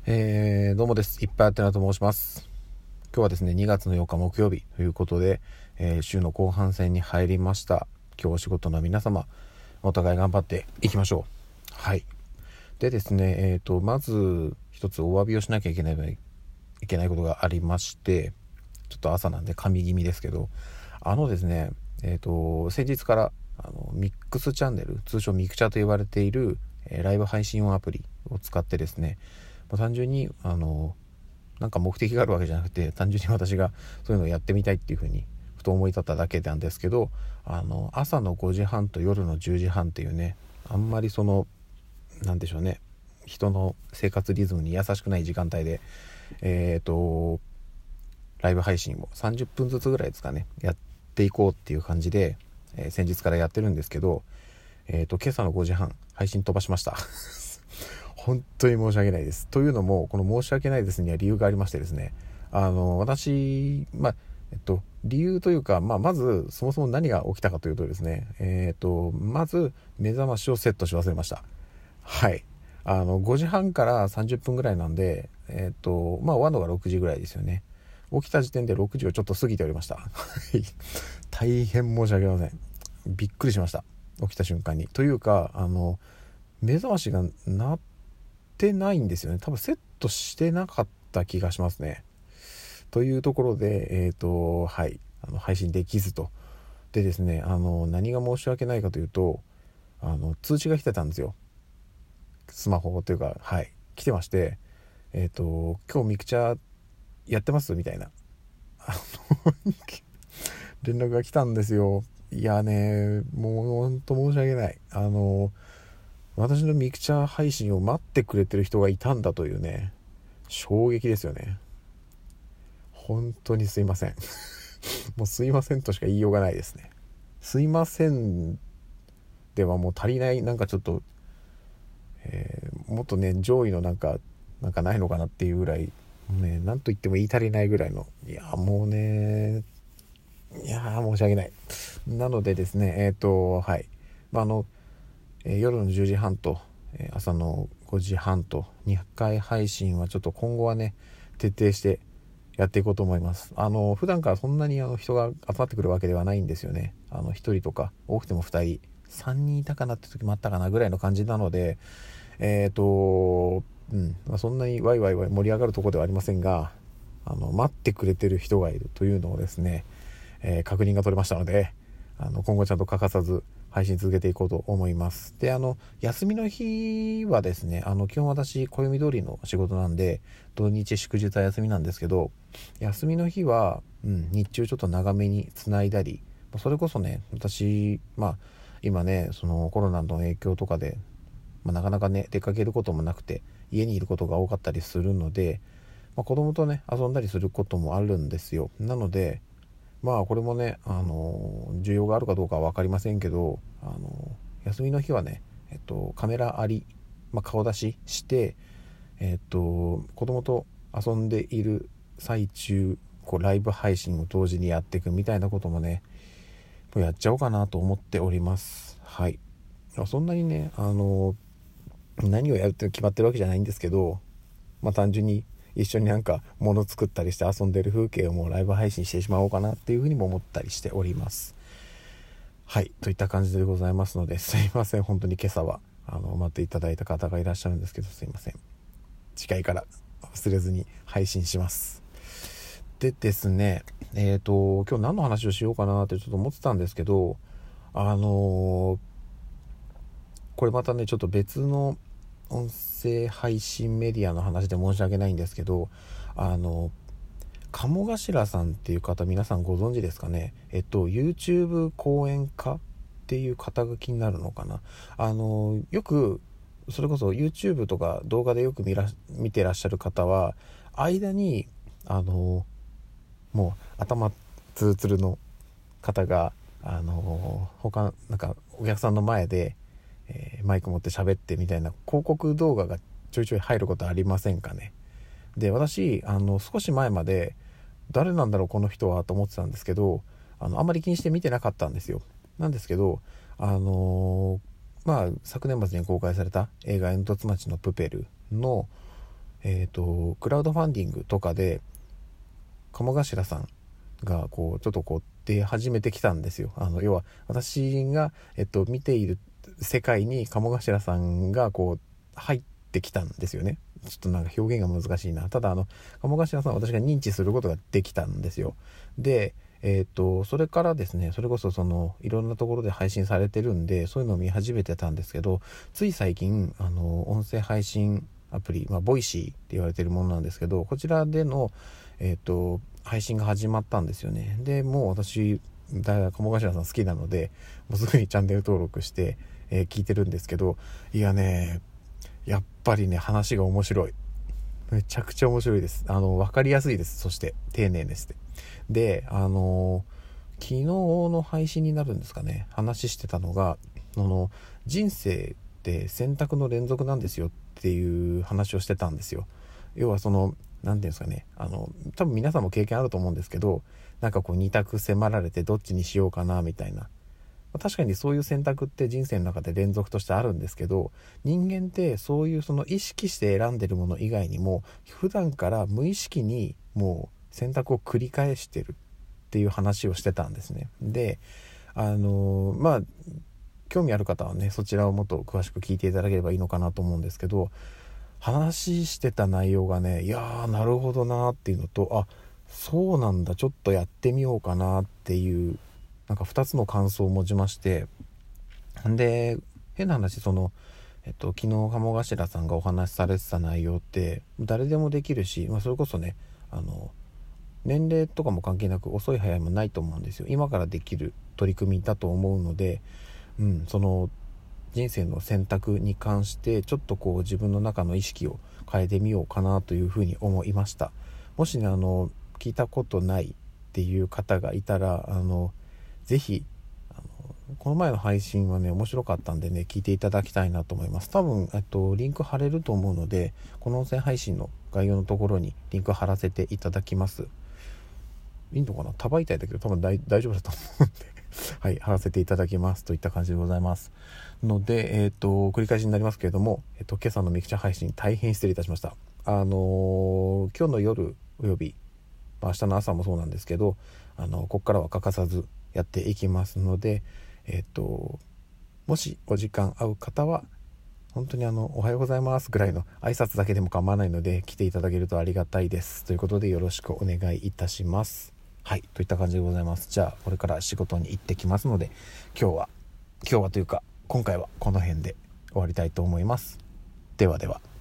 どうもです。いっぱいあってなと申します。今日はですね、2月の8日木曜日ということで、週の後半戦に入りました。今日お仕事の皆様、お互い頑張っていきましょう。はい。でですね、まず一つお詫びをしなきゃいけないことがありまして、ちょっと朝なんで神気味ですけど、ですね、先日からミックスチャンネル、通称ミクチャと言われている、ライブ配信音アプリを使ってですね、単純になんか目的があるわけじゃなくて、単純に私がそういうのをやってみたいっていうふうにふと思い立っただけなんですけど、朝の5時半と夜の10時半っていうね、あんまりなんでしょうね、人の生活リズムに優しくない時間帯でライブ配信を30分ずつぐらいですかね、やっていこうっていう感じで、先日からやってるんですけど、今朝の5時半配信飛ばしました本当に申し訳ないです。というのも、この申し訳ないですには理由がありましてですね、私、理由というか、まずそもそも何が起きたかというとですね、まず目覚ましをセットし忘れました。はい。5時半から30分ぐらいなんで、終わるのが6時ぐらいですよね。起きた時点で6時をちょっと過ぎておりました大変申し訳ありません。びっくりしました、起きた瞬間に。というか、目覚ましが鳴ってないんですよね。多分セットしてなかった気がしますね。というところで、はい、配信できずと。でですね、何が申し訳ないかというと、通知が来てたんですよ。スマホというか、はい、来てまして、今日ミクチャやってますみたいな連絡が来たんですよ。いやね、もうほんと申し訳ない。私のミクチャ配信を待ってくれてる人がいたんだというね、衝撃ですよね。本当にすいませんもうすいませんとしか言いようがないですね。すいませんではもう足りない、なんかちょっと、もっとね、上位のなんかないのかなっていうぐらい、ね、なんと言っても言い足りないぐらいの、いやもうね、いや申し訳ない。なのでですね、はい、夜の10時半と、朝の5時半と2回配信はちょっと今後はね、徹底してやっていこうと思います。普段からそんなに人が集まってくるわけではないんですよね。1人とか多くても2人3人いたかなって時もあったかなぐらいの感じなので、そんなにワイワイ盛り上がるところではありませんが、待ってくれてる人がいるというのをですね、確認が取れましたので、今後ちゃんと欠かさず配信続けていこうと思います。で、休みの日はですね、基本私暦通りの仕事なんで、土日祝日は休みなんですけど、休みの日は、日中ちょっと長めに繋いだり、それこそね、私、今ね、そのコロナの影響とかで、なかなかね、出かけることもなくて、家にいることが多かったりするので、子供とね、遊んだりすることもあるんですよ。なので、これもね、需要があるかどうかは分かりませんけど、休みの日はね、カメラあり、顔出しして、子供と遊んでいる最中、ライブ配信を同時にやっていくみたいなこともね、もうやっちゃおうかなと思っております。はい。そんなにね、何をやるって決まってるわけじゃないんですけど、単純に一緒になんか物作ったりして遊んでる風景をもうライブ配信してしまおうかなっていうふうにも思ったりしております。はい、といった感じでございますので、すいません、本当に今朝は待っていただいた方がいらっしゃるんですけど、すいません。次回から忘れずに配信します。でですね、今日何の話をしようかなってちょっと思ってたんですけど、これまたね、ちょっと別の音声配信メディアの話で申し訳ないんですけど、鴨頭さんっていう方、皆さんご存知ですかね。YouTube 講演家っていう肩書きになるのかな。よくそれこそ YouTube とか動画でよく見てらっしゃる方は、間にもう頭ツルツルの方が他なんかお客さんの前で、マイク持って喋ってみたいな広告動画がちょいちょい入ることありませんかね。で、私少し前まで誰なんだろうこの人はと思ってたんですけど、あんまり気にして見てなかったんですよ。なんですけど、昨年末に公開された映画煙突町のプペルの、 クラウドファンディングとかで鴨頭さんがちょっと出始めてきたんですよ。要は私が、見ている世界に鴨頭さんが入ってきたんですよね。ちょっとなんか表現が難しいな。ただ鴨頭さんは私が認知することができたんですよ。でそれからですね、それこそいろんなところで配信されてるんで、そういうのを見始めてたんですけど、つい最近音声配信アプリ、ボイシーって言われてるものなんですけど、こちらでの配信が始まったんですよね。でもう私鴨頭さん好きなので、もうすぐにチャンネル登録して、聞いてるんですけど、いやね、やっぱりね、話が面白い。めちゃくちゃ面白いです。分かりやすいです。そして丁寧です。で昨日の配信になるんですかね、話してたのが人生って選択の連続なんですよっていう話をしてたんですよ。要はなんていうんですかね、多分皆さんも経験あると思うんですけど、なんか二択迫られてどっちにしようかなみたいな、確かにそういう選択って人生の中で連続としてあるんですけど、人間ってそういう意識して選んでるもの以外にも普段から無意識にもう選択を繰り返してるっていう話をしてたんですね。で興味ある方はね、そちらをもっと詳しく聞いていただければいいのかなと思うんですけど、話してた内容がね、いやーなるほどなっていうのと、あ、そうなんだ、ちょっとやってみようかなっていうなんか2つの感想を持ちまして、で変な話、昨日鴨頭さんがお話しされてた内容って誰でもできるし、それこそね年齢とかも関係なく遅い早いもないと思うんですよ。今からできる取り組みだと思うので、その人生の選択に関してちょっと自分の中の意識を変えてみようかなというふうに思いました。もしね聞いたことないっていう方がいたらぜひこの前の配信はね面白かったんでね、聞いていただきたいなと思います。多分リンク貼れると思うので、この音声配信の概要のところにリンク貼らせていただきます。いいのかな、たばいたいだけど多分大丈夫だと思うんではい、貼らせていただきますといった感じでございますので、繰り返しになりますけれども、今朝のミクチャ配信大変失礼いたしました。今日の夜および明日の朝もそうなんですけど、ここからは欠かさずやっていきますので、もしお時間合う方は本当におはようございますぐらいの挨拶だけでも構わないので来ていただけるとありがたいです。ということでよろしくお願いいたします。はい、といった感じでございます。じゃあこれから仕事に行ってきますので、今日はというか今回はこの辺で終わりたいと思います。ではでは。